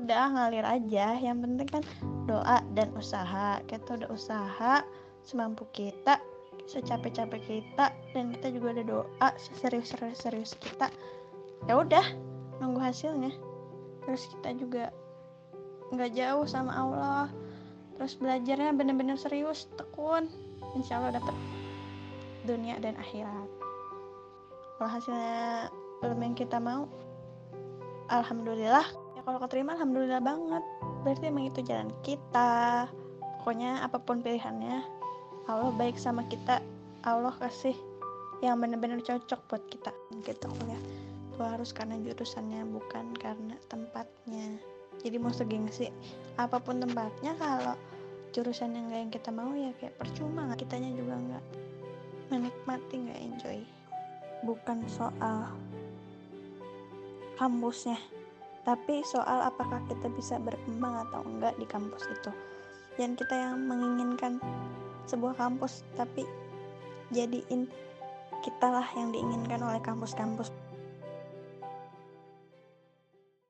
udah ngalir aja. Yang penting kan doa dan usaha. Kita udah usaha semampu kita, secapek-capek kita, dan kita juga ada doa serius kita. Ya udah, nunggu hasilnya. Terus kita juga nggak jauh sama Allah. Terus belajarnya bener-bener serius, tekun. Insya Allah dapat dunia dan akhirat. Kalau hasilnya belum yang kita mau, alhamdulillah. Ya kalau keterima alhamdulillah banget. Berarti emang itu jalan kita. Pokoknya apapun pilihannya, Allah baik sama kita. Allah kasih yang benar-benar cocok buat kita. Gitu kuliah itu harus karena jurusannya, bukan karena tempatnya. Jadi mau segengsi apapun tempatnya, kalau jurusan yang gak yang kita mau ya kayak percuma, kitanya juga gak menikmati, gak enjoy. Bukan soal kampusnya, tapi soal apakah kita bisa berkembang atau enggak di kampus itu. Dan kita yang menginginkan sebuah kampus, tapi jadiin kitalah yang diinginkan oleh kampus-kampus.